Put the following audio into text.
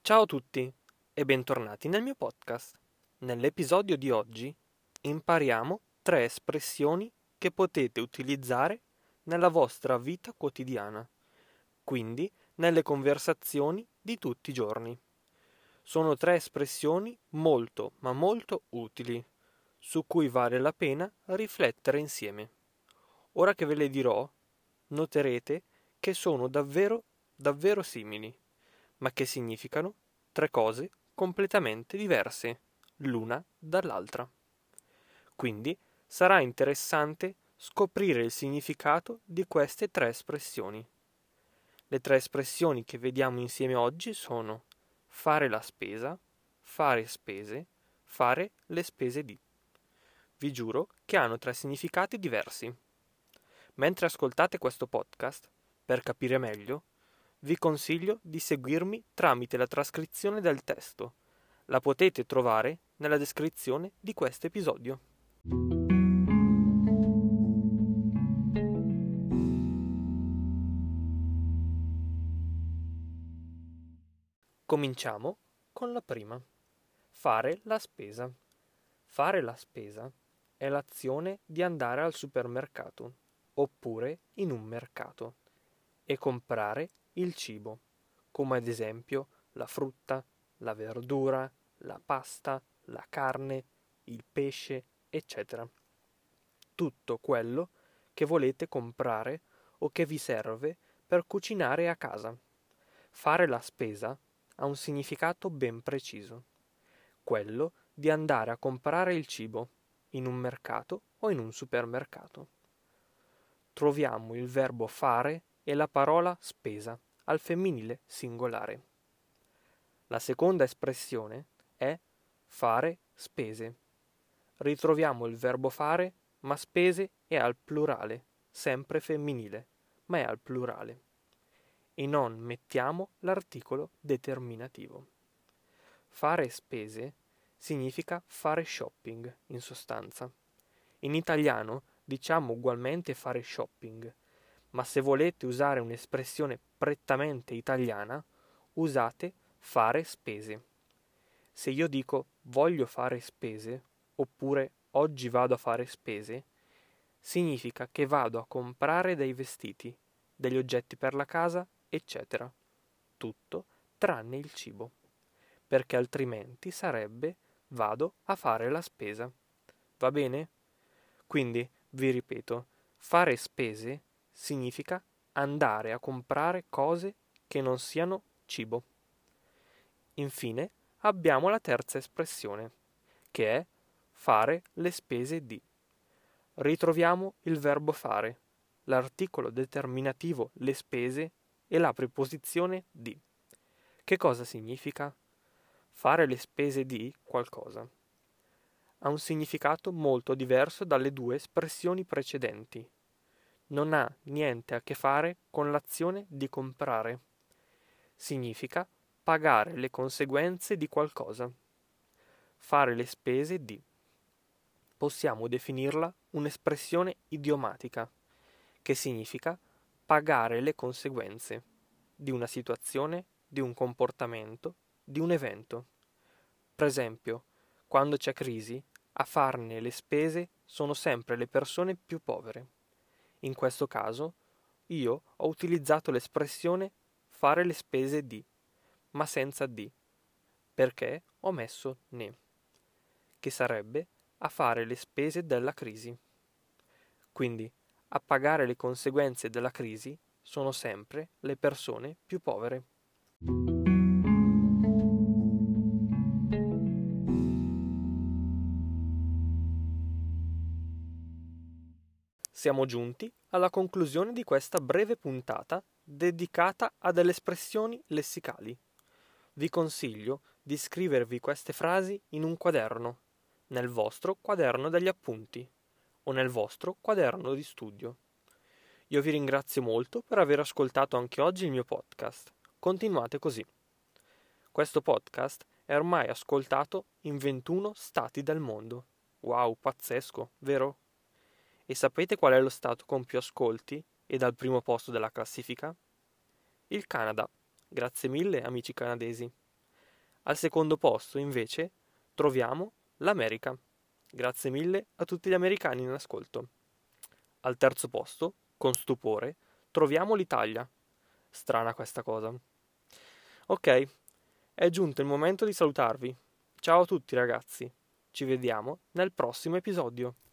Ciao a tutti e bentornati nel mio podcast. Nell'episodio di oggi impariamo 3 espressioni che potete utilizzare nella vostra vita quotidiana, quindi nelle conversazioni di tutti i giorni. Sono 3 espressioni molto ma molto utili, su cui vale la pena riflettere insieme. Ora che ve le dirò, noterete che sono davvero simili, ma che significano 3 cose completamente diverse l'una dall'altra. Quindi sarà interessante scoprire il significato di queste 3 espressioni. Le 3 espressioni che vediamo insieme oggi sono fare la spesa, fare spese, fare le spese di. Vi giuro che hanno 3 significati diversi. Mentre ascoltate questo podcast, per capire meglio, vi consiglio di seguirmi tramite la trascrizione del testo. La potete trovare nella descrizione di questo episodio. Cominciamo con la prima. Fare la spesa. Fare la spesa è l'azione di andare al supermercato oppure in un mercato e comprare il cibo, come ad esempio la frutta, la verdura, la pasta, la carne, il pesce, eccetera. Tutto quello che volete comprare o che vi serve per cucinare a casa. Fare la spesa ha un significato ben preciso, quello di andare a comprare il cibo in un mercato o in un supermercato. Troviamo il verbo fare e la parola spesa al femminile singolare. La seconda espressione è fare spese. Ritroviamo il verbo fare, ma spese è al plurale, sempre femminile, ma è al plurale. E non mettiamo l'articolo determinativo. Fare spese significa fare shopping, in sostanza. In italiano diciamo ugualmente fare shopping, ma se volete usare un'espressione prettamente italiana, usate fare spese. Se io dico voglio fare spese, oppure oggi vado a fare spese, significa che vado a comprare dei vestiti, degli oggetti per la casa, eccetera. Tutto tranne il cibo, perché altrimenti sarebbe vado a fare la spesa. Va bene? Quindi, vi ripeto, fare spese significa andare a comprare cose che non siano cibo. Infine, abbiamo la terza espressione, che è fare le spese di. Ritroviamo il verbo fare, l'articolo determinativo le spese e la preposizione di. Che cosa significa? Fare le spese di qualcosa. Ha un significato molto diverso dalle 2 espressioni precedenti. Non ha niente a che fare con l'azione di comprare. Significa pagare le conseguenze di qualcosa. Fare le spese di. Possiamo definirla un'espressione idiomatica, che significa pagare le conseguenze di una situazione, di un comportamento, di un evento. Per esempio, quando c'è crisi, a farne le spese sono sempre le persone più povere. In questo caso, io ho utilizzato l'espressione fare le spese di, ma senza di, perché ho messo ne, che sarebbe a fare le spese della crisi. Quindi, a pagare le conseguenze della crisi sono sempre le persone più povere. Siamo giunti alla conclusione di questa breve puntata dedicata a delle espressioni lessicali. Vi consiglio di scrivervi queste frasi in un quaderno, nel vostro quaderno degli appunti o nel vostro quaderno di studio. Io vi ringrazio molto per aver ascoltato anche oggi il mio podcast. Continuate così. Questo podcast è ormai ascoltato in 21 stati del mondo. Wow, pazzesco, vero? E sapete qual è lo stato con più ascolti ed al primo posto della classifica? Il Canada. Grazie mille, amici canadesi. Al secondo posto, invece, troviamo l'America. Grazie mille a tutti gli americani in ascolto. Al terzo posto, con stupore, troviamo l'Italia. Strana questa cosa. Ok, è giunto il momento di salutarvi. Ciao a tutti ragazzi. Ci vediamo nel prossimo episodio.